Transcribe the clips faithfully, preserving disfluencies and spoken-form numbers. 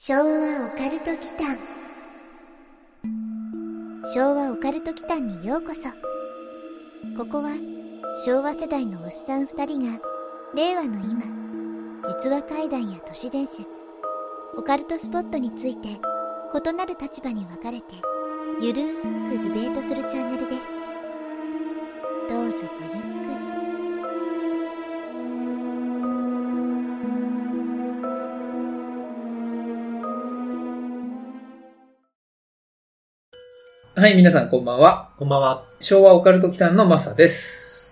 昭和オカルト祈間。昭和オカルト祈間にようこそ。ここは昭和世代のおっさん二人が令和の今、実話怪談や都市伝説、オカルトスポットについて異なる立場に分かれてゆるーくディベートするチャンネルです。どうぞごゆっくり。 はい、皆さんこんばんは。 こんばんは。 昭和オカルト祈間のマサです。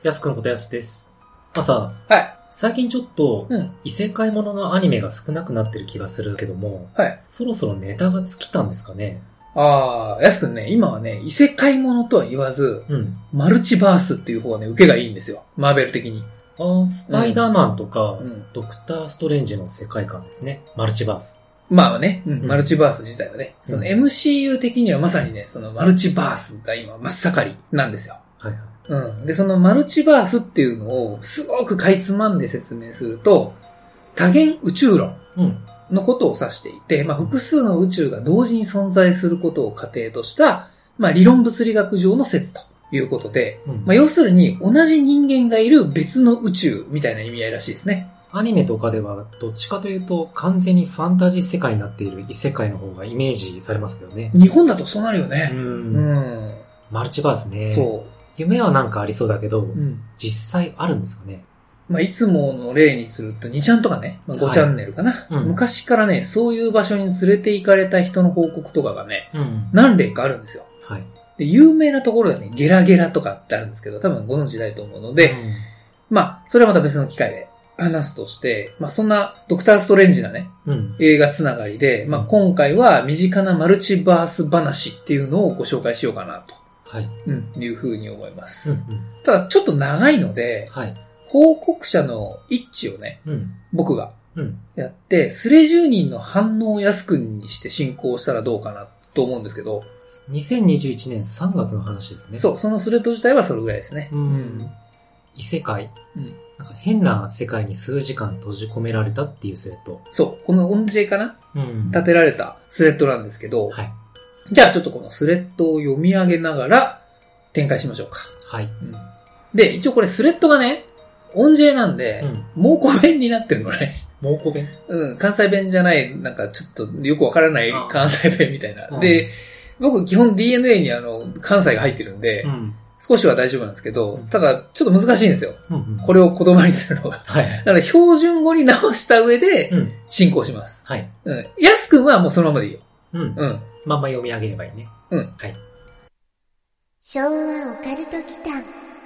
やすくんことやすです。まあさ、 はい。 最近ちょっと、 うん、 異世界もののアニメが少なくなってる気がするけども、 はい。 そろそろネタが尽きたんですかね。 あー、やすくんね、今はね、異世界ものとは言わず、うん、マルチバースっていう方がね、受けがいいんですよ。マーベル的に。 あー、スパイダーマンとか、 うん、 ドクターストレンジの世界観ですね。マルチバース。 まあね、うん、マルチバース自体はね、うん、その エムシーユー 的にはまさにね、そのマルチバースが今真っ盛りなんですよ。 はいはい。 うん。で、そのマルチバースっていうのをすごくかいつまんで説明すると、多元宇宙論のことを指していて、まあ複数の宇宙が同時に存在することを仮定とした、まあ理論物理学上の説ということで、うん、まあ要するに同じ人間がいる別の宇宙みたいな意味合いらしいですね。 アニメとかではどっちかというと完全にファンタジー世界になっている異世界の方がイメージされますけどね。 日本だとそうなるよね。 うん。うん。マルチバースね。 そう。 夢はなんかありそうだけど、うん、実際あるんですかね。 まあいつもの例にするとにちゃんとかね、まあ、ごチャンネルかな、はいうん。昔からね、そういう場所に連れて行かれた人の報告とかがね、うん、何例かあるんですよ。はい。で、有名なところでね、ゲラゲラとかってあるんですけど、多分ご存知ないと思うので、うん、まあ、それはまた別の機会で。話すとして、まあそんなドクターストレンジなね、うん、映画つながりで、まあ今回は身近なマルチバース話っていうのをご紹介しようかなと、はい、うん、いうふうに思います。うんうん、ただちょっと長いので、はい、報告者の一致をね、うん、僕がやって、うん、スレじゅうにんの反応をやすくんにして進行したらどうかなと思うんですけど、 にせんにじゅういちねんさんがつの話ですね。 そう、そのスレッド自体はそれぐらいですね。 うんうん、異世界。うんなんか変な世界に数時間閉じ込められたっていうスレッド。 そう。この音 J かな、うん、立てられたスレッドなんですけど、はい。じゃあちょっとこのスレッドを読み上げながら展開しましょうか。はい。うん、で、一応これスレッドがね、音 J なんで、うん、蒙古弁になってるのね。 蒙古弁うん。関西弁じゃない、なんかちょっとよくわからない関西弁みたいな。で、僕基本 ディーエヌエー にあの、関西が入ってるんで、うん少しは大丈夫なんですけど、ただ、ちょっと難しいんですよ。うんうん、これを言葉にするのが。はい。だから、標準語に直した上で、進行します。うん、はい。うん。やすくんはもうそのままでいいよ。 うん。うん。まんま読み上げればいいね。 うん。はい。 昭和オカルト祈間。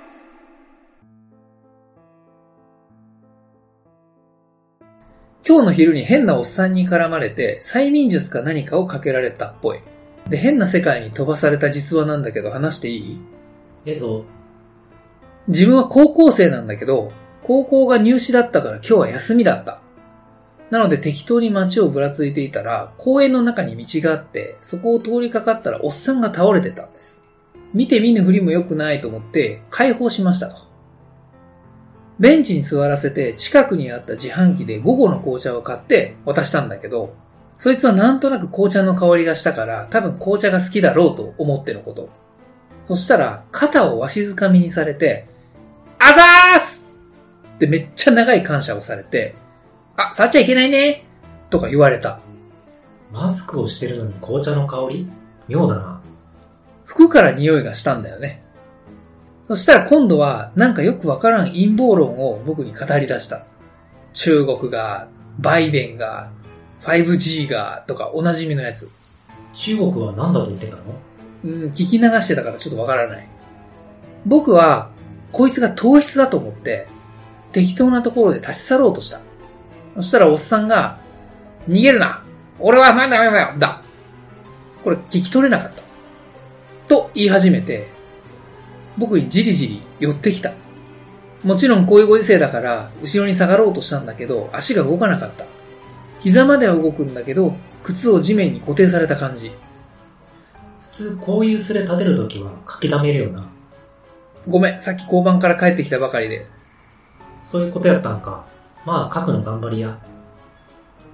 今日の昼に変なおっさんに絡まれて、催眠術か何かをかけられたっぽい。で、変な世界に飛ばされた実話なんだけど、話していい？ ええぞ。 自分は高校生なんだけど、高校が入試だったから今日は休みだった。なので適当に街をぶらついていたら、公園の中に道があって、そこを通りかかったらおっさんが倒れてたんです。見て見ぬふりも良くないと思って解放しましたと。ベンチに座らせて近くにあった自販機で午後の紅茶を買って渡したんだけど、そいつはなんとなく紅茶の香りがしたから多分紅茶が好きだろうと思ってのこと。そしたら、肩をわしづかみにされて、あざーすってめっちゃ長い感謝をされて、あ、触っちゃいけないねとか言われた。 マスクをしてるのに紅茶の香り？妙だな。 服から匂いがしたんだよね。そしたら今度はなんかよくわからん陰謀論を僕に語り出した。中国が、バイデンが、ファイブジー がとかおなじみのやつ。 中国は何だと言ってたの？ うん、聞き流してたからちょっとわからない。僕は、こいつが糖質だと思って、適当なところで立ち去ろうとした。そしたらおっさんが、逃げるな俺はなんだなんだだこれ聞き取れなかった。と言い始めて、僕にじりじり寄ってきた。もちろんこういうご時世だから、後ろに下がろうとしたんだけど、足が動かなかった。膝までは動くんだけど、靴を地面に固定された感じ。 普通こういうスレ立てるときは書き溜めるよな。 ごめん、さっき交番から帰ってきたばかりで。 そういうことやったんか。まあ書くの頑張りや。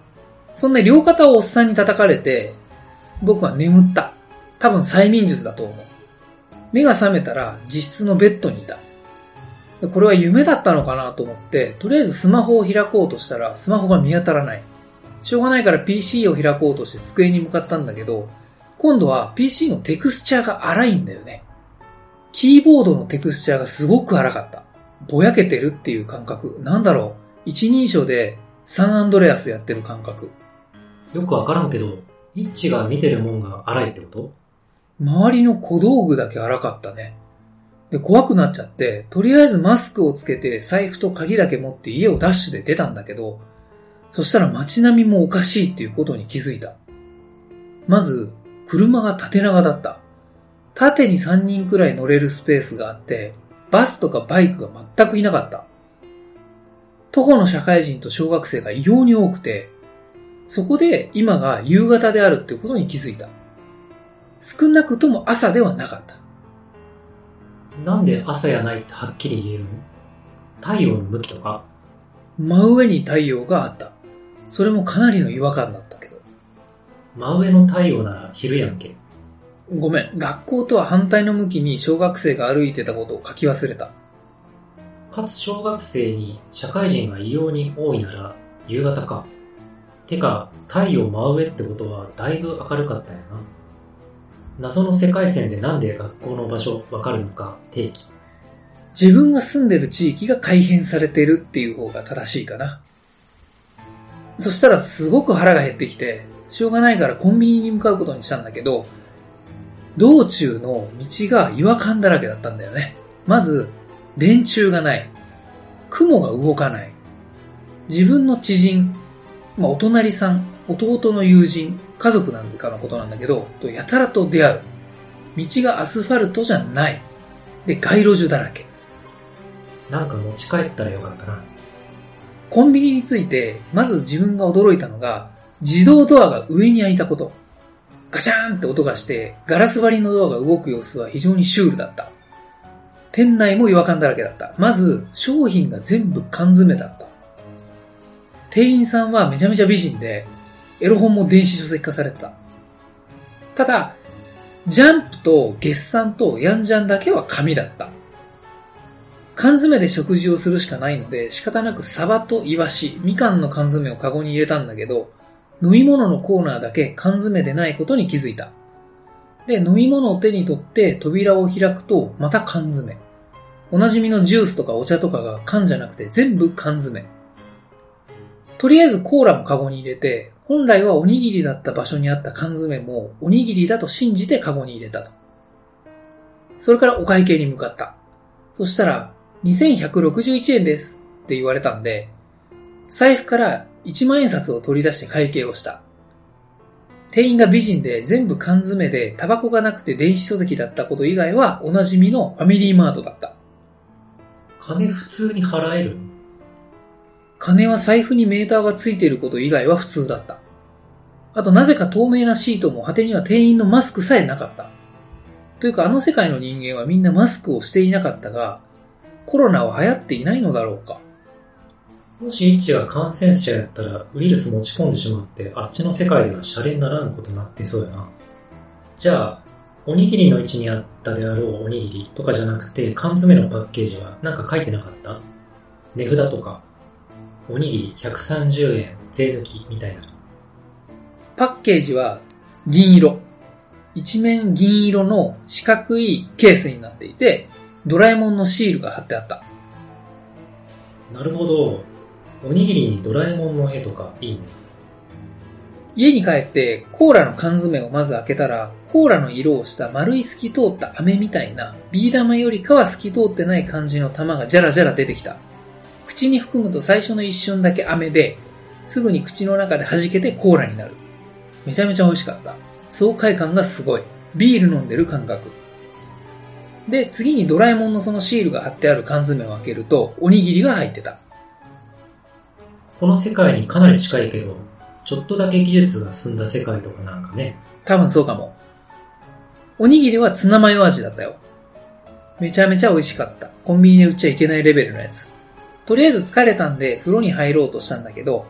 そんな両肩をおっさんに叩かれて、僕は眠った。多分催眠術だと思う。目が覚めたら自室のベッドにいた。これは夢だったのかなと思って、とりあえずスマホを開こうとしたらスマホが見当たらない。しょうがないから ピーシー を開こうとして机に向かったんだけど、今度は ピーシー のテクスチャーが荒いんだよね。キーボードのテクスチャーがすごく荒かった。ぼやけてるっていう感覚。なんだろう。一人称でサンアンドレアスやってる感覚。 よくわからんけど、イッチが見てるもんが荒いってこと？ 周りの小道具だけ荒かったね。で、怖くなっちゃって、とりあえずマスクをつけて財布と鍵だけ持って家をダッシュで出たんだけど、そしたら街並みもおかしいっていうことに気づいた。まず、車が縦長だった。縦にさんにんくらい乗れるスペースがあって、バスとかバイクが全くいなかった。徒歩の社会人と小学生が異様に多くて、そこで今が夕方であるってことに気づいた。少なくとも朝ではなかった。 なんで朝やないってはっきり言えるの？太陽の向きとか？ 真上に太陽があった。それもかなりの違和感だったけど。 真上の太陽なら昼やんけ。 ごめん、学校とは反対の向きに小学生が歩いてたことを書き忘れた。 かつ小学生に社会人が異様に多いなら夕方か。てか、太陽真上ってことはだいぶ明るかったよな。謎の世界線でなんで学校の場所わかるのか定義。 自分が住んでる地域が改変されてるっていう方が正しいかな。そしたらすごく腹が減ってきて、しょうがないからコンビニに向かうことにしたんだけど、道中の道が違和感だらけだったんだよね。まず、電柱がない。雲が動かない。自分の知人、まあ、お隣さん、弟の友人、家族なんかのことなんだけど、とやたらと出会う。道がアスファルトじゃない。で、街路樹だらけ。 なんか持ち帰ったらよかったな。 コンビニについて、まず自分が驚いたのが、自動ドアが上に開いたこと。ガシャーンって音がして、ガラス張りのドアが動く様子は非常にシュールだった。店内も違和感だらけだった。まず、商品が全部缶詰だった。店員さんはめちゃめちゃ美人で、エロ本も電子書籍化されてた。ただ、ジャンプと月産とヤンジャンだけは紙だった。缶詰で食事をするしかないので、仕方なくサバとイワシ、みかんの缶詰をカゴに入れたんだけど、飲み物のコーナーだけ缶詰でないことに気づいた。で、飲み物を手に取って扉を開くと、また缶詰。おなじみのジュースとかお茶とかが缶じゃなくて全部缶詰。とりあえずコーラもカゴに入れて、本来はおにぎりだった場所にあった缶詰もおにぎりだと信じてカゴに入れたと。それからお会計に向かった。そしたら、にせんひゃくろくじゅういちえんですって言われたんで、財布からいちまんえん札を取り出して会計をした。店員が美人で全部缶詰でタバコがなくて電子書籍だったこと以外はおなじみのファミリーマートだった。 金普通に払える？ 金は財布にメーターがついていること以外は普通だった。あとなぜか透明なシートも果てには店員のマスクさえなかった。というかあの世界の人間はみんなマスクをしていなかったが、コロナは流行っていないのだろうか。 もしイッチが感染者やったらウイルス持ち込んでしまってあっちの世界ではシャレにならんことになってそうやな。じゃあ、おにぎりの位置にあったであろうおにぎりとかじゃなくて缶詰のパッケージはなんか書いてなかった？値札とか。おにぎりひゃくさんじゅうえん税抜きみたいな。 パッケージは銀色。一面銀色の四角いケースになっていて、ドラえもんのシールが貼ってあった。 なるほど。おにぎりにドラえもんの絵とかいいね。 家に帰ってコーラの缶詰をまず開けたら、コーラの色をした丸い透き通った飴みたいなビー玉よりかは透き通ってない感じの玉がジャラジャラ出てきた。口に含むと最初の一瞬だけ飴で、すぐに口の中で弾けてコーラになる。めちゃめちゃ美味しかった。爽快感がすごい。ビール飲んでる感覚。で、次にドラえもんのそのシールが貼ってある缶詰を開けると、おにぎりが入ってた。 この世界にかなり近いけど、ちょっとだけ技術が進んだ世界とかなんかね。 多分そうかも。おにぎりはツナマヨ味だったよ。めちゃめちゃ美味しかった。コンビニで売っちゃいけないレベルのやつ。とりあえず疲れたんで風呂に入ろうとしたんだけど、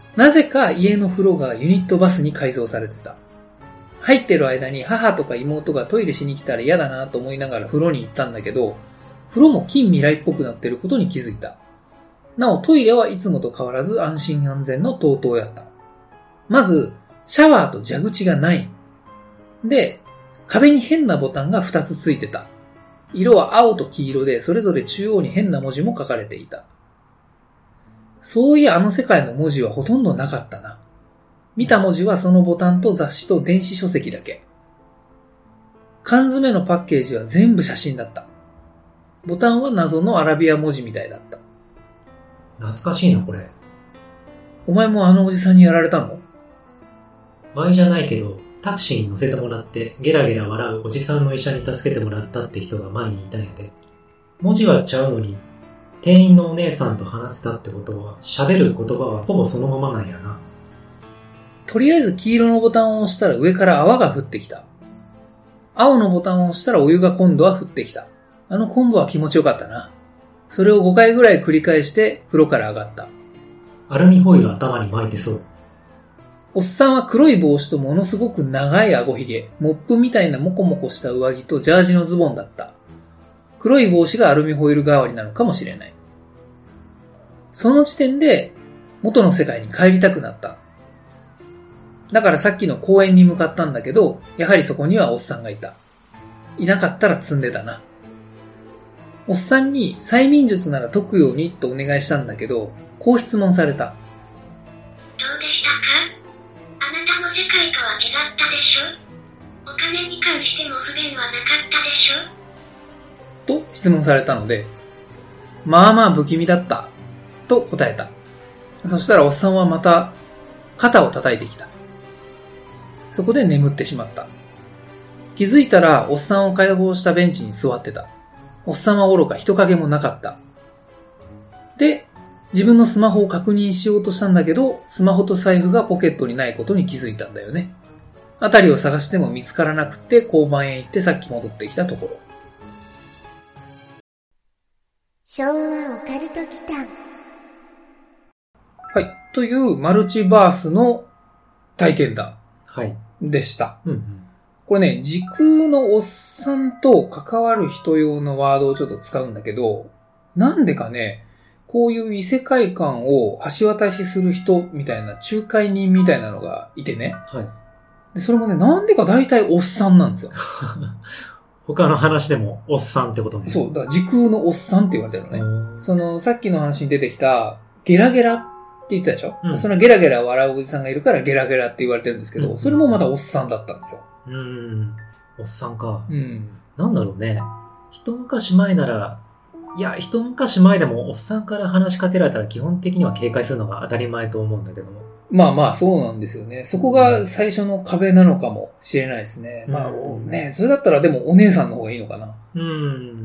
なぜか家の風呂がユニットバスに改造されてた。入ってる間に母とか妹がトイレしに来たら嫌だなと思いながら風呂に行ったんだけど、風呂も近未来っぽくなってることに気づいた。なおトイレはいつもと変わらず安心安全の トートー やった。まず、シャワーと蛇口がない。で、壁に変なボタンがふたつついてた。色は青と黄色でそれぞれ中央に変な文字も書かれていた。そういやあの世界の文字はほとんどなかったな。見た文字はそのボタンと雑誌と電子書籍だけ。缶詰のパッケージは全部写真だった。ボタンは謎のアラビア文字みたいだった。 懐かしいな、これ。 お前もあのおじさんにやられたの？ 前じゃないけど、タクシーに乗せてもらってゲラゲラ笑うおじさんの医者に助けてもらったって人が前にいたんやで。文字はちゃうのに、店員のお姉さんと話せたってことは、喋る言葉はほぼそのままなんやな。 とりあえず黄色のボタンを押したら上から泡が降ってきた。青のボタンを押したらお湯が今度は降ってきた。あのコンボは気持ちよかったな。それをごかいぐらい繰り返して風呂から上がった。 アルミホイル頭に巻いてそう。 おっさんは黒い帽子とものすごく長い顎ひげ、モップみたいなモコモコした上着とジャージのズボンだった。黒い帽子がアルミホイル代わりなのかもしれない。その時点で元の世界に帰りたくなった。だからさっきの公園に向かったんだけど、やはりそこにはおっさんがいた。いなかったら積んでたな。おっさんに催眠術なら解くようにとお願いしたんだけど、こう質問された。 どうでしたか？あなたの世界とは違ったでしょ？お金に関しても不便はなかったでしょ？ と質問されたので、まあまあ不気味だったと答えた。そしたらおっさんはまた肩を叩いてきた。そこで眠ってしまった。気づいたらおっさんを解放したベンチに座ってた。おっさんは愚か人影もなかった。で、自分のスマホを確認しようとしたんだけど、スマホと財布がポケットにないことに気づいたんだよね。あたりを探しても見つからなくて交番へ行ってさっき戻ってきたところ。 昭和オカルト祈祷。 はい。というマルチバースの体験談はいでした。 うんうん、 これね、時空のおっさんと関わる人用のワードをちょっと使うんだけど、なんでかね、こういう異世界観を橋渡しする人みたいな仲介人みたいなのがいてね。 はい。 で、それもね、なんでか大体おっさんなんですよ。 他の話でもおっさんってことね。 そう、だから時空のおっさんって言われてるのね。その、さっきの話に出てきた、ゲラゲラって言ってたでしょ、うん、そのゲラゲラ笑うおじさんがいるからゲラゲラって言われてるんですけど、うん、それもまたおっさんだったんですよ。 うーん。おっさんか。 うん。 なんだろうね。一昔前なら、いや、一昔前でもおっさんから話しかけられたら基本的には警戒するのが当たり前と思うんだけども。 まあまあそうなんですよね。そこが最初の壁なのかもしれないですね。うん、まあね、それだったらでもお姉さんの方がいいのかな。 うん。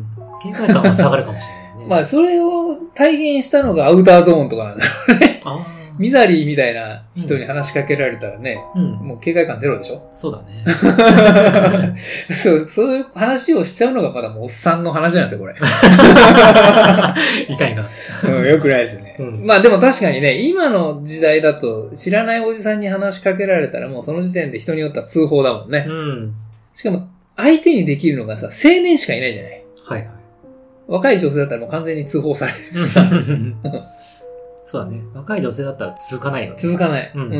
警戒感は下がるかもしれないね。 まあそれを体現したのがアウターゾーンとかなんだろうね。あミザリーみたいな人に話しかけられたらね、うん、もう警戒感ゼロでしょ？ そうだね。 そう、そういう話をしちゃうのがまだもうおっさんの話なんですよ、これ。いかんいかん。 うん、よくないですね、うん。まあでも確かにね、今の時代だと知らないおじさんに話しかけられたらもうその時点で人によっては通報だもんね。 うん。 しかも相手にできるのがさ、青年しかいないじゃない。 はいはい。 若い女性だったらもう完全に通報されるしさ。 そうだね。若い女性だったら続かないよね。 続かない。うん。うん、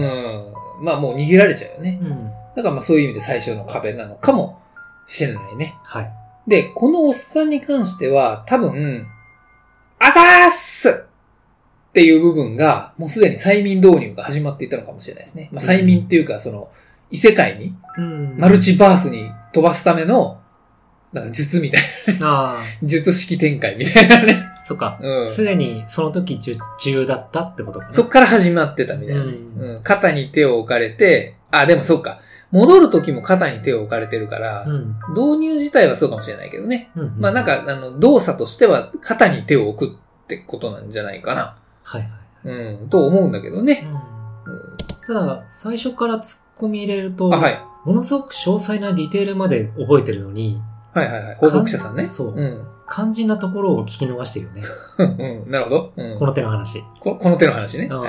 まあもう逃げられちゃうよね。うん。だからまあそういう意味で最初の壁なのかもしれないね。 はい。 で、このおっさんに関しては多分、あざーっすっていう部分がもうすでに催眠導入が始まっていたのかもしれないですね。まあ催眠っていうかその異世界に、うん、マルチバースに飛ばすためのなんか術みたいな、術式展開みたいなね。 そっか。うん。すでにその時術中だったってことかな。 そっから始まってたみたいな、ねうんうん。肩に手を置かれて、あ、でもそっか。戻る時も肩に手を置かれてるから、うん、導入自体はそうかもしれないけどね。うんうん、まあなんか、あの、動作としては肩に手を置くってことなんじゃないかな。 はいはい。 うん、と思うんだけどね。 うんうん、ただ、最初から突っ込み入れると、はい、ものすごく詳細なディテールまで覚えてるのに、 はいはいはい。報告者さんね。 そう。うん。肝心なところを聞き逃してるよね。 うん。なるほど、 うん。この手の話。 こ。この手の話ね。はい。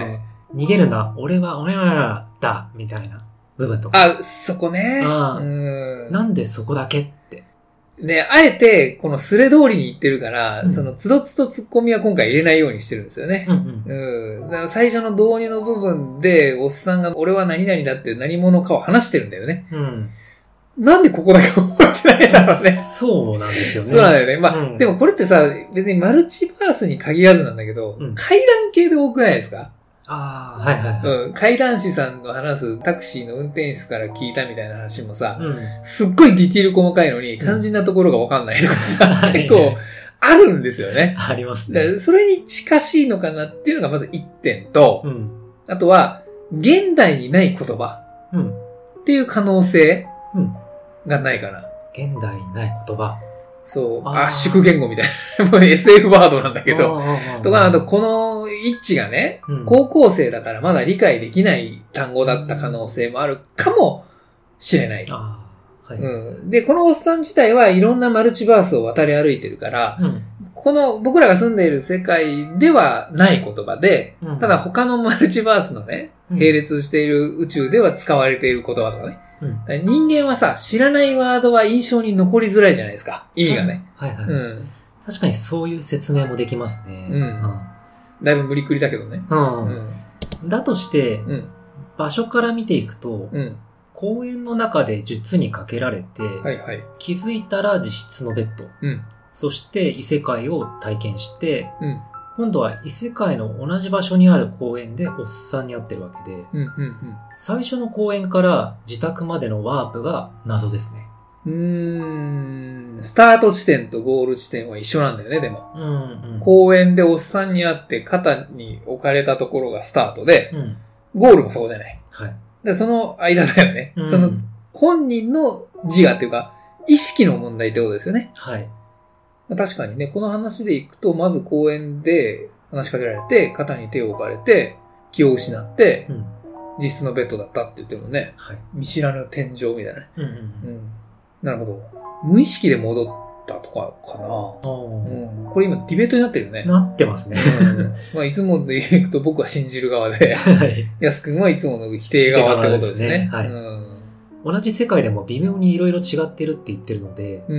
逃げるな、俺は俺はだ、みたいな部分とか。 あ、そこね。 あうんなんでそこだけって。 ね、あえて、このスレ通りに行ってるから、うん、その、つどつどツッコミは今回入れないようにしてるんですよね。うんうん。うん。だから最初の導入の部分で、おっさんが、俺は何々だって何者かを話してるんだよね。うん。なんでここだけ覚えてないんだろうね。 そうなんですよね。 そうなんだよね。まあ、うん、でもこれってさ、別にマルチバースに限らずなんだけど、うん、階段系で多くないですか？ ああ、はいはいはい。 うん。階段師さんの話すタクシーの運転手から聞いたみたいな話もさ、うん、すっごいディティール細かいのに、肝心なところがわかんないとかさ、うん、結構あるんですよね。 ありますね。 だからそれに近しいのかなっていうのがまず一点と、うん、あとは、現代にない言葉っていう可能性がないかな。 現代にない言葉。 そう。圧縮言語みたいな。もう エスエフ ワードなんだけど。とか、あと、この一致がね、うん、高校生だからまだ理解できない単語だった可能性もあるかもしれない。あはいうん、で、このおっさん自体はいろんなマルチバースを渡り歩いてるから、うん、この僕らが住んでいる世界ではない言葉で、うん、ただ他のマルチバースのね、並列している宇宙では使われている言葉とかね。うん、人間はさ、知らないワードは印象に残りづらいじゃないですか。意味がね。 はいはい、はいうん。確かにそういう説明もできますね。うん。うん、 だいぶ無理くりだけどね。うん。 うん、だとして、うん、場所から見ていくと、うん、公園の中で術にかけられて、はいはい、気づいたら自室のベッド。うん、そして異世界を体験して、うん今度は異世界の同じ場所にある公園でおっさんに会ってるわけで、うんうんうん、最初の公園から自宅までのワープが謎ですね。 うーん、スタート地点とゴール地点は一緒なんだよね、でも。うんうん、公園でおっさんに会って肩に置かれたところがスタートで、うん、ゴールもそこじゃない。はい、でその間だよね、うん。その本人の自我っていうか、意識の問題ってことですよね。はい。確かにね、この話でいくと、まず公園で話しかけられて、肩に手を置かれて、気を失って、うん、自室のベッドだったって言ってもね、はい、見知らぬ天井みたいなね、うんうんうん。なるほど。無意識で戻ったとかかな、うん。これ今ディベートになってるよね。 なってますね。 うんまあ、いつもでいくと僕は信じる側で、はい、やすくんはいつもの否定側ってことですね。ですねはいうん同じ世界でも微妙にいろいろ違ってるって言ってるので、うん、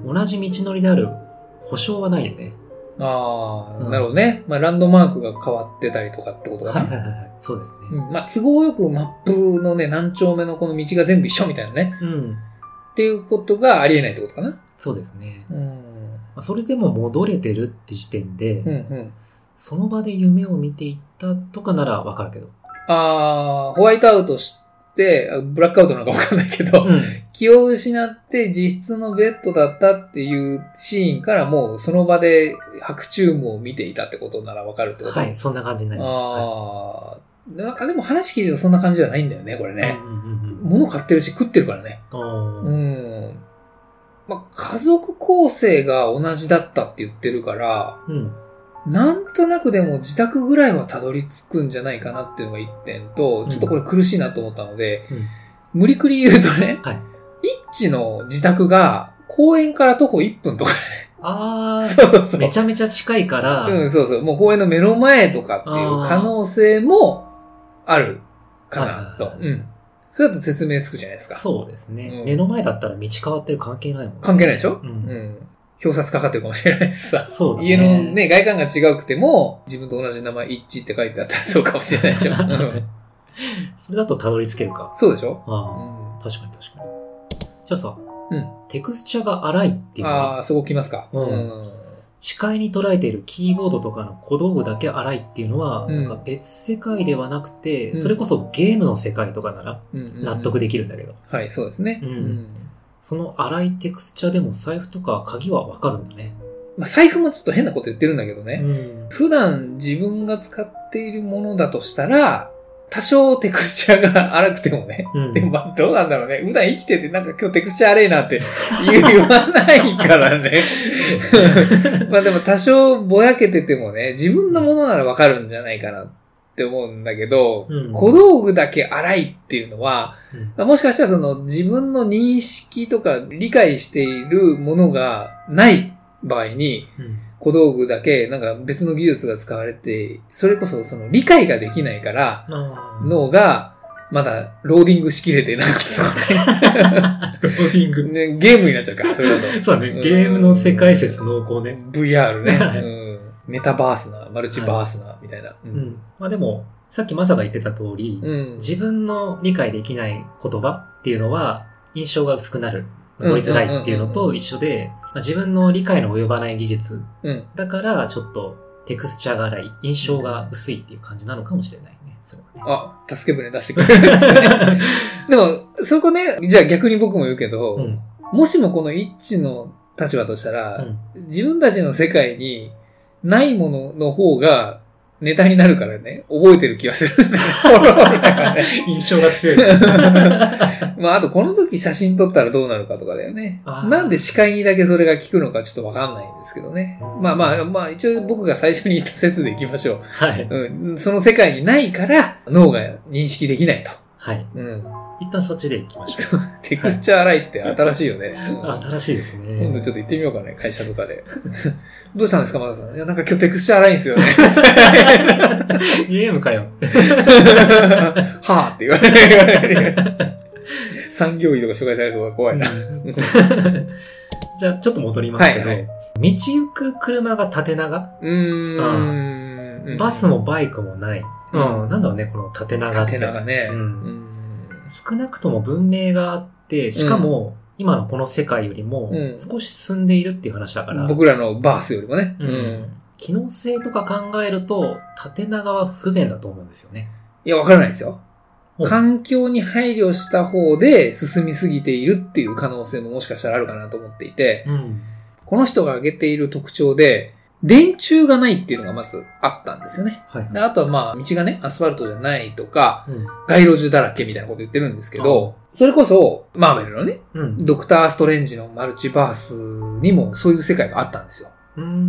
同じ道のりである保証はないよね。 ああ、うん、なるほどね。まあランドマークが変わってたりとかってことかな。 はいはいはい。そうですね。 うん、まあ都合よくマップのね、何丁目のこの道が全部一緒みたいなね。うん。っていうことがありえないってことかな。 そうですね。うん。まあ、それでも戻れてるって時点で、うんうん、その場で夢を見ていったとかならわかるけど。 ああ、ホワイトアウトして、で、ブラックアウトなんかわかんないけど、うん、気を失って自室のベッドだったっていうシーンからもうその場で白昼夢を見ていたってことならわかるってこと？ はい、そんな感じになります。ああ、はい、なんかでも話聞いてるとそんな感じじゃないんだよね、これね。うんうんうん、物買ってるし食ってるからね。うん。まあ、家族構成が同じだったって言ってるから、うんなんとなくでも自宅ぐらいはたどり着くんじゃないかなっていうのが一点と、ちょっとこれ苦しいなと思ったので、うん、無理くり言うとね、はい、一致の自宅が公園から徒歩いっぷんとかね。 ああ、そうそうそう。めちゃめちゃ近いから。 うん、そうそう。もう公園の目の前とかっていう可能性もあるかなと。うん。それだと説明つくじゃないですか。 そうですね。うん、目の前だったら道変わってる関係ないもんね。 関係ないでしょうん。うん表札かかってるかもしれないしさ。そうだね。家のね、外観が違くても、自分と同じ名前一致って書いてあったらそうかもしれないでしょ。 それだとたどり着けるか。 そうでしょああ、うん、確かに確かに。じゃあさ、うん、テクスチャが荒いっていうのは。 ああ、そこ来ますか。うん。うん、視界に捉えているキーボードとかの小道具だけ荒いっていうのは、うん、なんか別世界ではなくて、うん、それこそゲームの世界とかなら納得できるんだけど。 うんうんうん、はい、そうですね。うん。うんその荒いテクスチャでも財布とか鍵はわかるんだね。 まあ、財布もちょっと変なこと言ってるんだけどね。うん、普段自分が使っているものだとしたら、多少テクスチャが荒くてもね。うん、でもまあどうなんだろうね。普段生きててなんか今日テクスチャ荒いなって言わないからね。まあでも多少ぼやけててもね、自分のものならわかるんじゃないかなって思うんだけど、うん、小道具だけ荒いっていうのは、うんまあ、もしかしたらその自分の認識とか理解しているものがない場合に、うん、 小道具だけ、なんか別の技術が使われて、それこそその理解ができないから、脳がまだローディングしきれてなかったローディング、 ね。ゲームになっちゃうから、それだと。 そうね、うん、ゲームの世界説濃厚ね。 ブイアール ね。うん、メタバースな、マルチバースな、はい、みたいな。 うん。まあでも、さっきマサが言ってた通り、うん、自分の理解できない言葉っていうのは印象が薄くなる、残りづらいっていうのと一緒で、自分の理解の及ばない技術、うん、だからちょっとテクスチャーが荒い、印象が薄いっていう感じなのかもしれないね。それはね。あ、助け舟出してくれるんですね。でも、そこね、じゃあ逆に僕も言うけど、うん、もしもこの一致の立場としたら、うん、自分たちの世界にないものの方がネタになるからね、覚えてる気がするんだよね。 印象が強い。 まあ、あとこの時写真撮ったらどうなるかとかだよね。なんで視界にだけそれが効くのかちょっとわかんないんですけどね。まあまあ、まあ一応僕が最初に言った説でいきましょう。はい。うん。その世界にないから脳が認識できないと。 はい。うん。一旦そっちで行きましょう。 テクスチャーアライって新しいよね。 うん、新しいですね。 今度ちょっと行ってみようかね、会社とかで。どうしたんですか、マサさん。いや、なんか今日テクスチャーアライんですよね。 ゲームかよ。 はぁって言われる。言われる。産業医とか紹介されると怖いな。 じゃあ、ちょっと戻りますけど、はいはい、道行く車が縦長うーん。バスもバイクもない。うん。なんだろうね、この縦長って。 縦長ね。うんうん少なくとも文明があって、しかも、今のこの世界よりも、少し進んでいるっていう話だから。 うん、僕らのバースよりもね。 うん。機能性とか考えると、縦長は不便だと思うんですよね。 いや、わからないですよ。環境に配慮した方で進みすぎているっていう可能性ももしかしたらあるかなと思っていて、うん、この人が挙げている特徴で、電柱がないっていうのがまずあったんですよね。はい、あとはまあ、道がね、アスファルトじゃないとか、うん、街路樹だらけみたいなこと言ってるんですけど、それこそ、マーベルのね、うん、ドクター・ストレンジのマルチバースにもそういう世界があったんですよ。うんうん、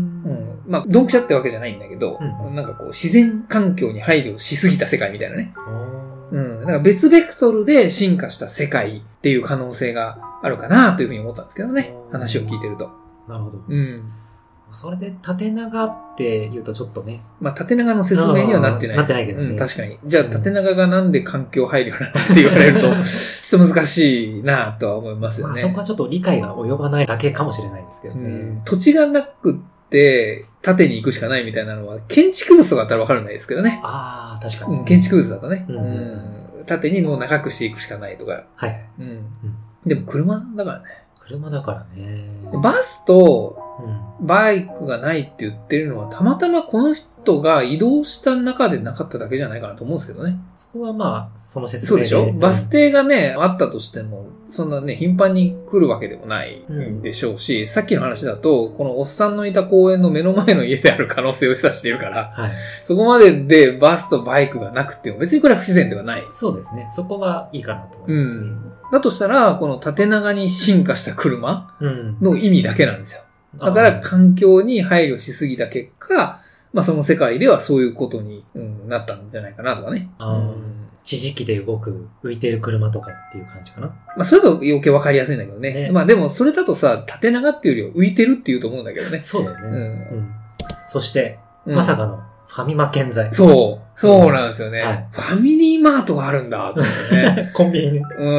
まあ、ドンピシャってわけじゃないんだけど、うん、なんかこう、自然環境に配慮しすぎた世界みたいなね。うん、なんか別ベクトルで進化した世界っていう可能性があるかなというふうに思ったんですけどね。話を聞いてると。 なるほど。うん。それで縦長って言うとちょっとね。 まあ縦長の説明にはなってないです。 なってないけどね。 うん、確かに。じゃあ縦長がなんで環境配慮なのって言われると、ちょっと難しいなとは思いますよね。 まあ、そこはちょっと理解が及ばないだけかもしれないですけどね。うん、 土地がなくって縦に行くしかないみたいなのは建築物とかだったらわからないですけどね。 ああ、確かに、 うん。建築物だとね。うんうん、縦にもう長くしていくしかないとか。はい。うん。でも車だからね。 車だからね。 バスとバイクがないって言ってるのはたまたまこの人が移動した中でなかっただけじゃないかなと思うんですけどね。 そこはまあ、その説明で。そうでしょ、バス停がね、あったとしても、そんなね、頻繁に来るわけでもないんでしょうし、うん、さっきの話だと、このおっさんのいた公園の目の前の家である可能性を示唆しているから、はい、そこまででバスとバイクがなくても別にこれは不自然ではない。 そうですね。そこはいいかなと思いますね。うんだとしたら、この縦長に進化した車の意味だけなんですよ。だから環境に配慮しすぎた結果、まあその世界ではそういうことに、うん、なったんじゃないかなとかね。 あうん、地磁気で動く浮いている車とかっていう感じかな。 まあそれだと余計わかりやすいんだけどね。ねまあでもそれだとさ、縦長っていうよりは浮いてるっていうと思うんだけどね。 そうだよね。うんうん、そして、まさかの、ファミマ建材。 そう。そうなんですよね。はい、ファミリーマートがあるんだってね。 コンビニね。 うん。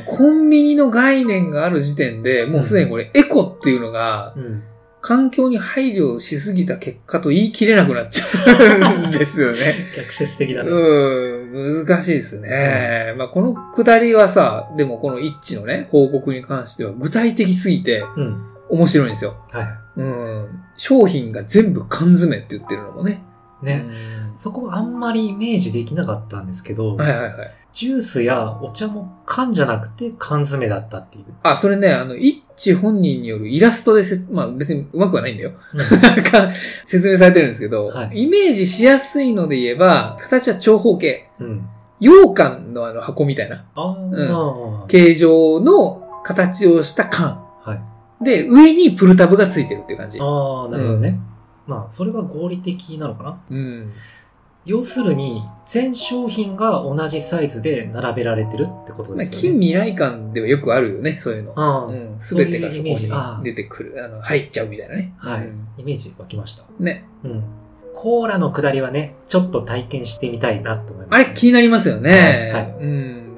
コンビニの概念がある時点で、もうすでにこれ、エコっていうのが、うん、環境に配慮しすぎた結果と言い切れなくなっちゃうんですよね。 逆説的だね。 うん。難しいですね。うん、まあこのくだりはさ、でもこの一致のね、報告に関しては具体的すぎて、面白いんですよ。はい。うん。商品が全部缶詰って言ってるのもね。 ね、うん、そこあんまりイメージできなかったんですけど、 はいはいはい。 ジュースやお茶も缶じゃなくて缶詰だったっていう。 あ、それね、あの、イッチ本人によるイラストでせ、まあ別にうまくはないんだよ。うん、説明されてるんですけど、はい、イメージしやすいので言えば、形は長方形。うん、羊羹のあの箱みたいな。あうん、形状の形をした缶。はい、で、上にプルタブがついてるっていう感じ。 ああ、なるほどね。うんまあ、それは合理的なのかなうん。 要するに、全商品が同じサイズで並べられてるってことですよね。 近未来感ではよくあるよね、そういうの。すべ、うん、てがそこに出てくる、あの、入っちゃうみたいなね。 はい、うん。イメージ湧きました。 ね。 うん。コーラの下りはね、ちょっと体験してみたいなと思います、 ね。あれ気になりますよね。はい。はい、うん。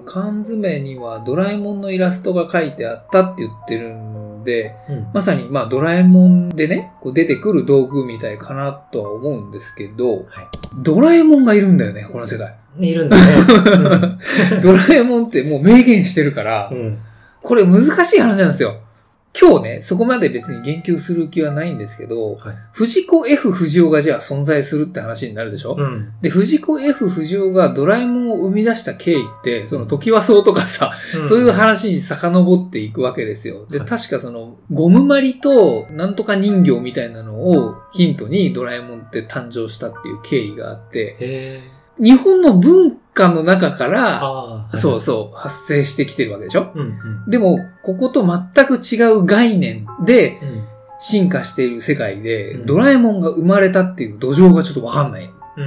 缶詰にはドラえもんのイラストが書いてあったって言ってるんで、うん、まさにまあドラえもんでね、こう出てくる道具みたいかなとは思うんですけど、はい、ドラえもんがいるんだよね、この世界。 いるんだね。 うん、ドラえもんってもう明言してるから、うん、これ難しい話なんですよ。今日ね、そこまで別に言及する気はないんですけど、はい、藤子 F 不二雄がじゃあ存在するって話になるでしょ、うん、で、藤子 F 不二雄がドラえもんを生み出した経緯って、その時はそうとかさ、うん、そういう話に遡っていくわけですよ。で、確かその、ゴムまりとなんとか人形みたいなのをヒントにドラえもんって誕生したっていう経緯があって、へー、日本の文化の中から、はい、そうそう、発生してきてるわけでしょ、うんうん、でも、ここと全く違う概念で進化している世界で、うん、ドラえもんが生まれたっていう土壌がちょっとわかんない。うん、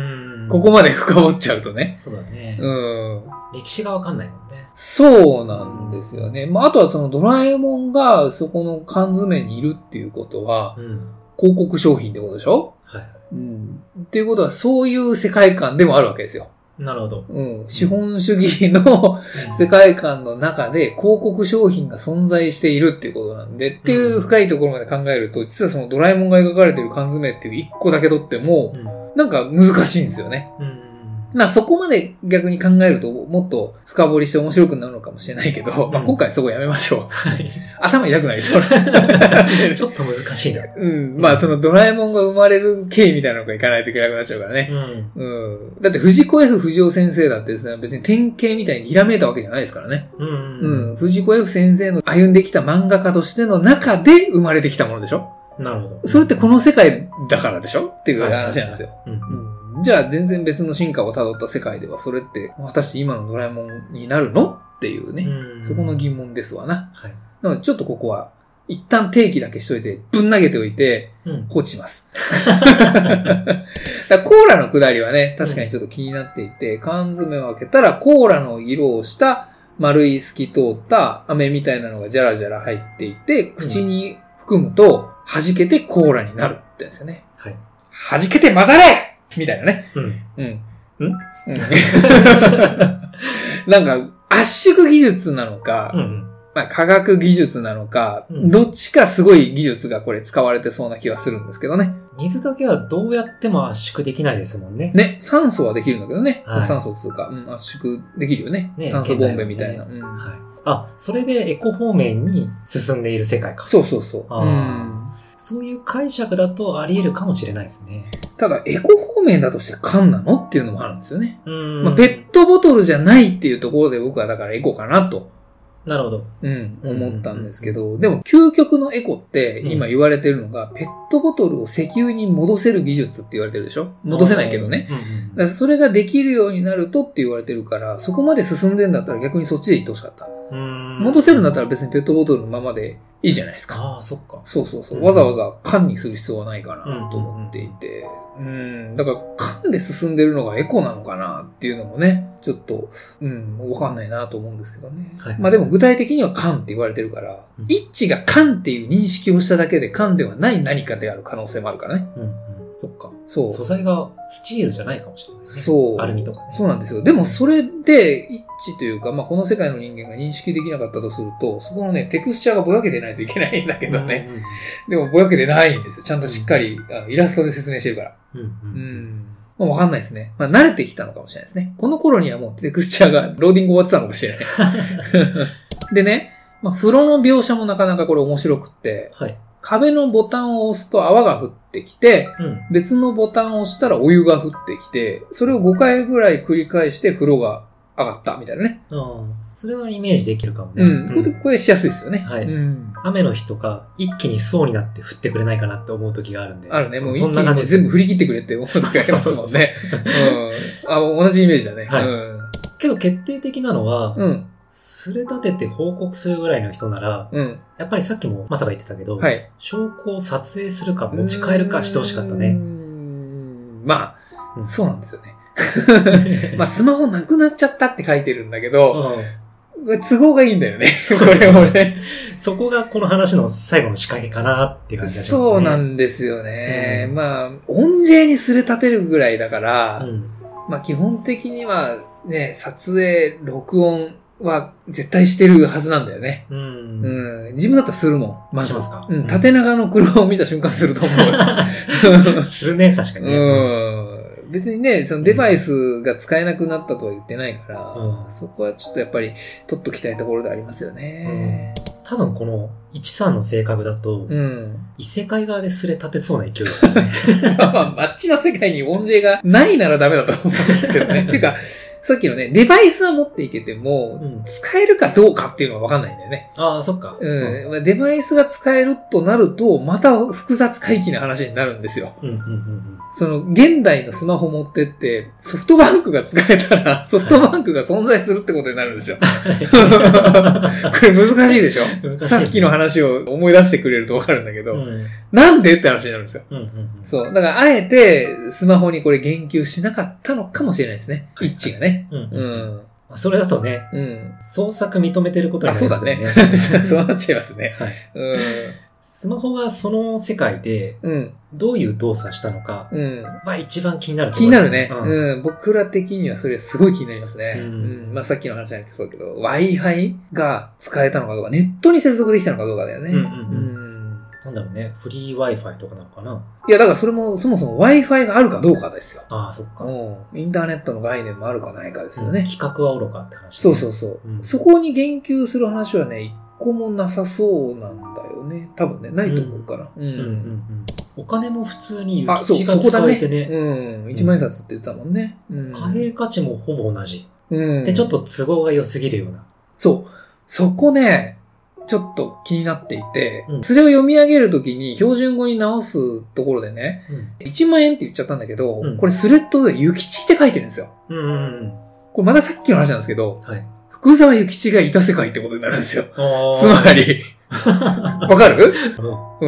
ここまで深掘っちゃうとね。 そうだね。うん。歴史がわかんないもんね。 そうなんですよね。まあ、あとはそのドラえもんがそこの缶詰にいるっていうことは、うん、広告商品ってことでしょ、はい。うん。っていうことは、そういう世界観でもあるわけですよ。 なるほど。 うん。資本主義の世界観の中で広告商品が存在しているっていうことなんで、っていう深いところまで考えると、実はそのドラえもんが描かれている缶詰っていう一個だけ取っても、なんか難しいんですよね。うん。まあそこまで逆に考えるともっと深掘りして面白くなるのかもしれないけど、うん、まあ今回そこやめましょう。はい。頭痛くなりそう。 ちょっと難しいな。 うん。まあそのドラえもんが生まれる経緯みたいなのがいかないといけなくなっちゃうからね。うん。うん。だって藤子 F 不二雄先生だってですね、別に典型みたいにひらめいたわけじゃないですからね。うん。うん。藤子 F 先生の歩んできた漫画家としての中で生まれてきたものでしょ。 なるほど。 それってこの世界だからでしょっていう話なんですよ。うん。じゃあ全然別の進化を辿った世界ではそれって果たして今のドラえもんになるのっていうね。うそこの疑問ですわな。はい。なのでちょっとここは一旦定期だけしといてぶん投げておいて放置します。だコーラの下りはね、確かにちょっと気になっていて、缶詰を開けたらコーラの色をした丸い透き通った飴みたいなのがジャラジャラ入っていて、口に含むと弾けてコーラになるってんですよね。はい。弾けて混ざれみたいなね。うん。うん。うん、なんか、圧縮技術なのか、うん、まあ、科学技術なのか、うん、どっちかすごい技術がこれ使われてそうな気がするんですけどね。 水だけはどうやっても圧縮できないですもんね。 ね。酸素はできるんだけどね。はい、酸素つうか、うん、圧縮できるよね。ね、酸素ボンベみたいな。ね、うん、 はい。あ、それでエコ方面に進んでいる世界か。 そうそうそう。あ、 うん、そういう解釈だとあり得るかもしれないですね。 ただ、エコ方面だとして缶なのっていうのもあるんですよね。うん、まあ、ペットボトルじゃないっていうところで僕はだからエコかなと。 なるほど。 うん、思ったんですけど、でも究極のエコって今言われてるのが、うん、ペットボトルを石油に戻せる技術って言われてるでしょ？戻せないけどね。うんうん、だからそれができるようになるとって言われてるから、そこまで進んでんだったら逆にそっちで行ってほしかった。うん、戻せるんだったら別にペットボトルのままでいいじゃないですか。 ああ、そっか。 そうそうそう。わざわざ缶にする必要はないかなと思っていて。うん、うん、だから缶で進んでるのがエコなのかなっていうのもね、ちょっと、うん、わかんないなと思うんですけどね。はい、まあでも具体的には缶って言われてるから、うん、一致が缶っていう認識をしただけで缶ではない何かである可能性もあるからね。うん、 そっか。そう。素材がスチールじゃないかもしれないね。 そう。 アルミとかね。 そうなんですよ。でもそれで一致というか、まあこの世界の人間が認識できなかったとすると、そこのね、テクスチャーがぼやけてないといけないんだけどね。うんうん、でもぼやけてないんですよ。ちゃんとしっかり、うん、あのイラストで説明してるから。うんうんうんまあ、わかんないですね。まあ、慣れてきたのかもしれないですね。この頃にはもうテクスチャーがローディング終わってたのかもしれない。でね、まあ、風呂の描写もなかなかこれ面白くって、はい、壁のボタンを押すと泡が降ってきて、うん、別のボタンを押したらお湯が降ってきて、それをごかいぐらい繰り返して風呂が上がったみたいなね。 あそれはイメージできるかもね。 うん。これ、これしやすいですよね。 はい。うん、雨の日とか、一気に層になって降ってくれないかなって思う時があるんで。 あるね。もう一気にもう全部振り切ってくれって思う時がありますもんね。うん。あ、同じイメージだね。はい。うん、 けど決定的なのは、うん。すれ立てて報告するぐらいの人なら、うん。やっぱりさっきもマサが言ってたけど、はい。証拠を撮影するか持ち帰るかしてほしかったね。 うん。まあ、うん、そうなんですよね。 まあスマホなくなっちゃったって書いてるんだけど、うん、都合がいいんだよね。これもね。 そこがこの話の最後の仕掛けかなっていう感じがしますね。 そうなんですよね。うん、まあ、音声にすれ立てるぐらいだから、うん、まあ基本的にはね、撮影、録音は絶対してるはずなんだよね。うん。うん、自分だったらするもん。 まあ、しますか。 うん。縦長の車を見た瞬間すると思う。するね、確かにね。 うん。別にね、そのデバイスが使えなくなったとは言ってないから、うん、そこはちょっとやっぱり取っときたいところでありますよね。 うん多分このいちさんの性格だと、うん、異世界側ですれ立てそうな勢いですよね。 あっちの世界に音声がないならダメだと思うんですけどね。っていうか、さっきのね、デバイスは持っていけても、うん、使えるかどうかっていうのは分かんないんだよね。 ああ、そっか。 うん。デバイスが使えるとなると、また複雑回帰な話になるんですよ。うんうんうんうん、その、現代のスマホ持ってって、ソフトバンクが使えたら、ソフトバンクが存在するってことになるんですよ。はい、これ難しいでしょ難しい、ね、さっきの話を思い出してくれると分かるんだけど、うん、なんでって話になるんですよ。うんうんうん、そう。だから、あえて、スマホにこれ言及しなかったのかもしれないですね。イッチがね。うん。 うんそれだとね、うん、創作認めてることになりますよね。 あ、そうだね。そうなっちゃいますね。はい、 うん、スマホがその世界で、どういう動作したのか、うん、まあ一番気になるところ、 気になるね、うんうん。僕ら的にはそれすごい気になりますね。うんうん、まあさっきの話じゃなくてそうだけど、Wi-Fi が使えたのかどうか、ネットに接続できたのかどうかだよね。うんうんうんなんだろうね。フリー Wi-Fi とかなのかな。 いや、だからそれも、そもそも Wi-Fi があるかどうかですよ。 ああ、そっか。 うん。インターネットの概念もあるかないかですよね。うん、 企画は愚かって話、ね。 そうそうそう、うん。そこに言及する話はね、一個もなさそうなんだよね。多分ね、ないと思うから。うん。うんうんうんうん、 お金も普通に諭吉が使えてね。 ねうん。一万円札って言ってたもんね。 うん、貨幣価値もほぼ同じ。うん。で、ちょっと都合が良すぎるような。 そう。そこね、ちょっと気になっていて、うん、それを読み上げるときに標準語に直すところでね、うん、いちまんえんって言っちゃったんだけど、うん、これスレッドで諭吉って書いてるんですよ。うんうんうん、これまださっきの話なんですけど、はい、福沢諭吉がいた世界ってことになるんですよ。つまり、わかるうん。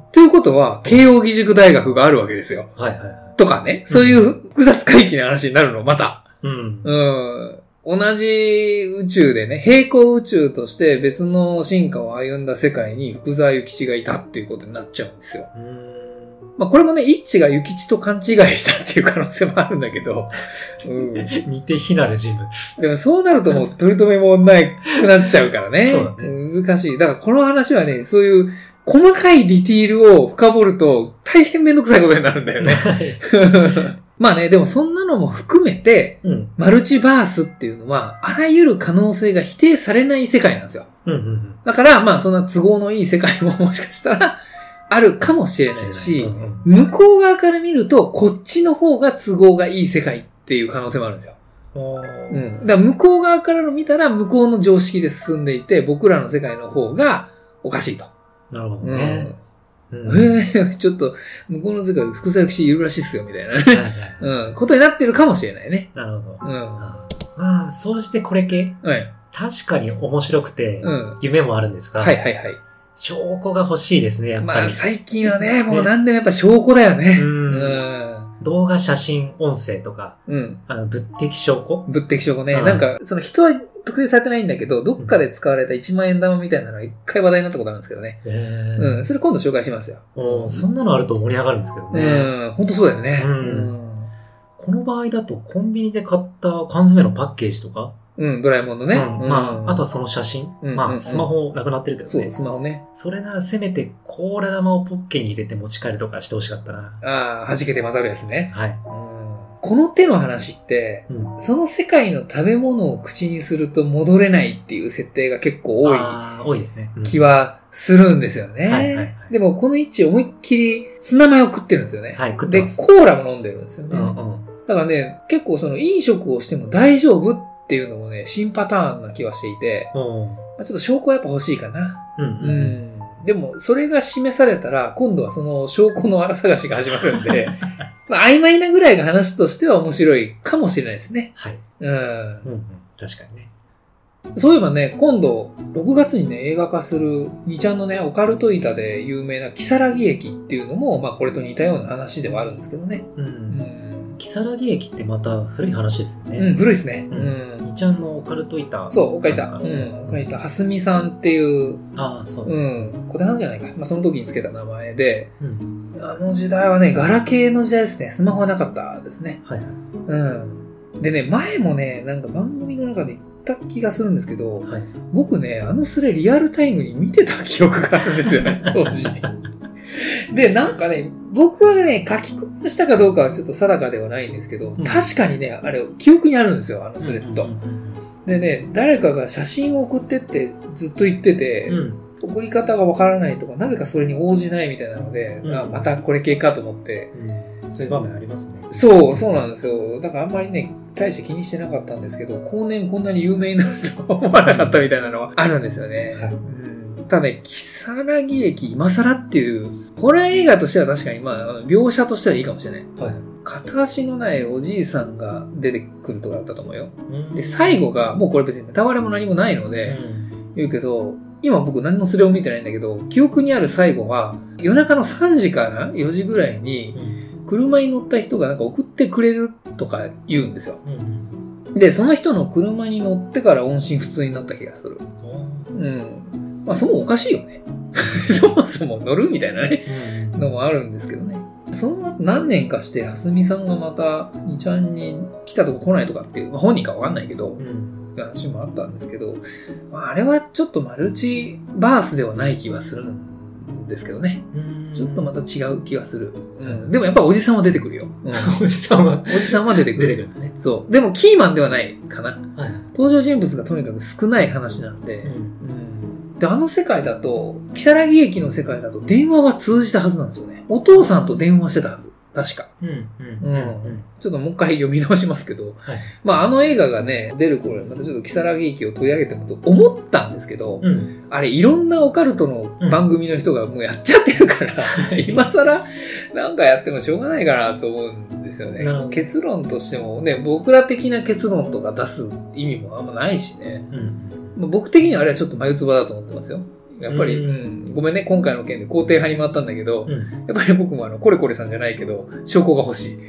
ということは、慶応義塾大学があるわけですよ。はいはいはい、とかね、そういう複雑回帰の話になるの、また。うん。うん同じ宇宙でね、平行宇宙として別の進化を歩んだ世界に福沢諭吉がいたっていうことになっちゃうんですよ。うーんまあこれもね、イッチが諭吉と勘違いしたっていう可能性もあるんだけど。 うん、似て非なる人物。 でもそうなるともう取り留めもなくなっちゃうからね。そうだね。難しい。だからこの話はね、そういう細かいディティールを深掘ると大変めんどくさいことになるんだよね。まあね、でもそんなのも含めて、うん、マルチバースっていうのは、あらゆる可能性が否定されない世界なんですよ。うんうんうん、だから、まあそんな都合のいい世界ももしかしたらあるかもしれないし、うんうん、向こう側から見ると、こっちの方が都合がいい世界っていう可能性もあるんですよ。うん、だから向こう側からの見たら、向こうの常識で進んでいて、僕らの世界の方がおかしいと。 なるほどね。うんうん、えー、ちょっと、向こうの世界福沢諭吉いるらしいっすよ、みたいなね。はいはいうん。ことになってるかもしれないね。 なるほど。うん。まあ、そうしてこれ系はい。確かに面白くて、うん。夢もあるんですが。 はいはいはい。 証拠が欲しいですね、やっぱり。まあ、 最近はね、もう何でもやっぱ証拠だよね。うん。うん動画、写真、音声とか。うん。あの、物的証拠物的証拠ね。うん、なんか、その人は特定されてないんだけど、どっかで使われたいちまんえん玉みたいなのが一回話題になったことあるんですけどね。へーうん。それ今度紹介しますよ。 うん。そんなのあると盛り上がるんですけどね。 うん。ほんとそうだよね。うん。うん、 この場合だと、コンビニで買った缶詰のパッケージとかうん、ドラえもんのね。 うん、まあ、あとはその写真。うん、まあ、スマホなくなってるけどね。 そう、スマホね。 それならせめて、コーラ玉をポッケに入れて持ち帰るとかしてほしかったな。 ああ、弾けて混ざるやつね。はい。うんこの手の話って、うん、その世界の食べ物を口にすると戻れないっていう設定が結構多い。 多いですね。 気はするんですよね。はいはいはい、でもこの位置思いっきりツナマヨを食ってるんですよね。はい、食ってます。で、コーラも飲んでるんですよね。うんうん、だからね、結構その飲食をしても大丈夫っていうのもね、新パターンな気はしていて、うんまあ、ちょっと証拠はやっぱ欲しいかな。うんうんうんでも、それが示されたら、今度はその証拠の荒探しが始まるんで、まあ、曖昧なぐらいが話としては面白いかもしれないですね。はい。うん。うんうん、 確かにね。 そういえばね、今度、ろくがつにね、映画化する、にちゃんのね、オカルト板で有名なキサラギ駅っていうのも、まあ、これと似たような話ではあるんですけどね。うん。うん、 キサラギ駅ってまた古い話ですよね。 うん、古いですね。 うん。にちゃんのオカルト板。 そう、オカイタ。うん、オカイタ。はすみさんっていう、 ああ、そう。 うん、小手さんじゃないか。まあ、その時につけた名前で、うん、あの時代はね、ガラケーの時代ですね。スマホはなかったですね。はいはい。うん。でね、前もね、なんか番組の中で言った気がするんですけど、はい、僕ね、あのスレリアルタイムに見てた記憶があるんですよね、当時。で、なんかね、僕はね、書き込みしたかどうかはちょっと定かではないんですけど、うん、確かにね、あれ、記憶にあるんですよ、あのスレッド。でね、誰かが写真を送ってってずっと言ってて、うん、送り方がわからないとか、なぜかそれに応じないみたいなので、うん、あまたこれ系かと思って、 うん、そういう場面ありますね。 そう、そうなんですよ。だからあんまりね、大して気にしてなかったんですけど、後年こんなに有名になるとは思わなかったみたいなのはあるんですよね。はい、ただね、キサラギ駅今更っていう、ホラー映画としては確かに、まあ、描写としてはいいかもしれない。はい、片足のないおじいさんが出てくるとかだったと思うよ。で、最後が、もうこれ別にネタバレも何もないので、言うけど、今僕何のスレを見てないんだけど、記憶にある最後は、夜中のさんじかな ?よ 時ぐらいに、車に乗った人がなんか送ってくれるとか言うんですよ。で、その人の車に乗ってから音信不通になった気がする。うん。まあ、そもおかしいよね。そもそも乗るみたいなね、のもあるんですけどね。その後何年かして、はすみさんがまた、にちゃんに来たとこ来ないとかっていう、まあ、本人かわかんないけど、うん、って話もあったんですけど、まあ、あれはちょっとマルチバースではない気はするんですけどね。ちょっとまた違う気がする。うん、でもやっぱおじさんは出てくるよ。うん、 おじさんはおじさんは出てくる。 出てくるんですね。 そう。でもキーマンではないかな。はい、登場人物がとにかく少ない話なんで、うんうん、で、あの世界だと、キサラギ駅の世界だと電話は通じたはずなんですよね。お父さんと電話してたはず。確か。うん。うん。うん。ちょっともう一回読み直しますけど、はい、まああの映画がね、出る頃にまたちょっとキサラギ駅を取り上げてもと思ったんですけど、うん、あれいろんなオカルトの番組の人がもうやっちゃってるから、うん、今更なんかやってもしょうがないかなと思うんですよね。結論としてもね、僕ら的な結論とか出す意味もあんまないしね。うん、僕的にはあれはちょっと眉唾だと思ってますよ。やっぱり、うん、ごめんね、今回の件で肯定派に回ったんだけど、うん、やっぱり僕もあの、コレコレさんじゃないけど、証拠が欲しい。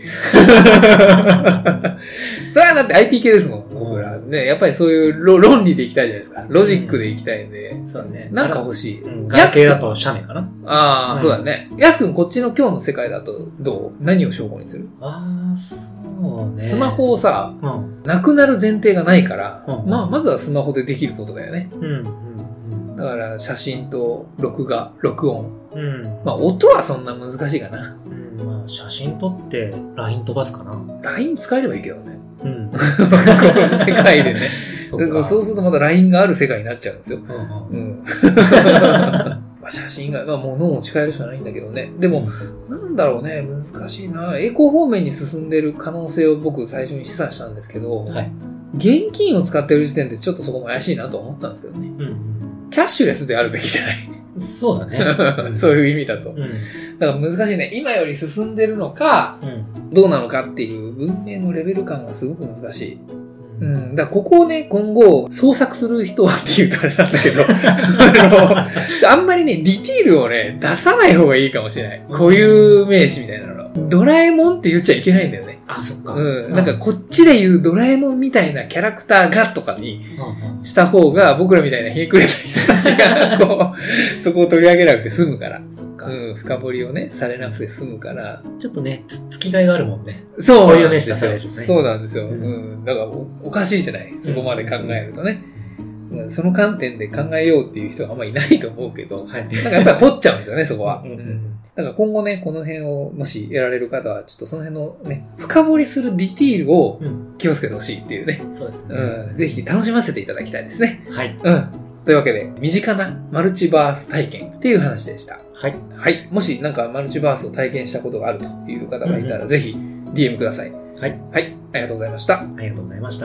それはだって アイティー 系ですもん、僕ら。ね、やっぱりそういう論理でいきたいじゃないですか。ロジックでいきたいんで。 うん、そうね。 なんか欲しい。 うん、ガラケーだとシャメかな。 ああ、うん、そうだね。ヤス君こっちの今日の世界だとどう？何を証拠にする？ ああ、そうね。 スマホをさ、うん、なくなる前提がないから、うん、まあ、まずはスマホでできることだよね。うんだから写真と録画、録音。うん。まあ音はそんな難しいかな。 うん。まあ写真撮って ライン 飛ばすかな。 ライン 使えればいいけどね。うん。この世界でね。そうそうするとまた ライン がある世界になっちゃうんですよ。うん。うん、まあ写真が、まあ物を持ち帰るしかないんだけどね。でも、うん、なんだろうね、難しいな。エコ方面に進んでる可能性を僕最初に示唆したんですけど、はい。現金を使ってる時点でちょっとそこも怪しいなと思ってたんですけどね。うん。キャッシュレスであるべきじゃない。 そうだね。 そういう意味だと、うん。だから難しいね。今より進んでるのか、うん、どうなのかっていう文明のレベル感がすごく難しい。うん。だからここをね、今後創作する人はって言うとあれなんだけど、あの、あんまりね、ディティールをね、出さない方がいいかもしれない。固有名詞みたいなの。ドラえもんって言っちゃいけないんだよね。 あ、そっか。 うん。なんかこっちで言うドラえもんみたいなキャラクターがとかにした方が僕らみたいなひねくれた人たちがこう、そこを取り上げなくて済むから。そっか。うん。深掘りをね、されなくて済むから。 ちょっとね、つ、つきがいがあるもんね。 そう。 こういう名詞出されるね。 そうなんですよ。うん。うん、だからお、おかしいじゃない。そこまで考えるとね。うん、その観点で考えようっていう人はあんまいないと思うけど、はい。なんかやっぱり掘っちゃうんですよね、そこは。うん。うんだから今後ね、この辺をもしやられる方は、ちょっとその辺のね、深掘りするディティールを気をつけてほしいっていうね。 うん、そうですね。 うん。ぜひ楽しませていただきたいですね。 はい。 うん。というわけで、身近なマルチバース体験っていう話でした。 はい。 はい。もしなんかマルチバースを体験したことがあるという方がいたら、うんうん、ぜひ ディーエム ください。 はい。 はい。ありがとうございました。 ありがとうございました。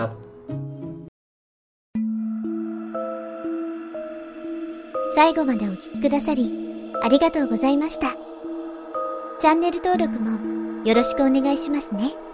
最後までお聞きくださり、ありがとうございました。チャンネル登録もよろしくお願いしますね。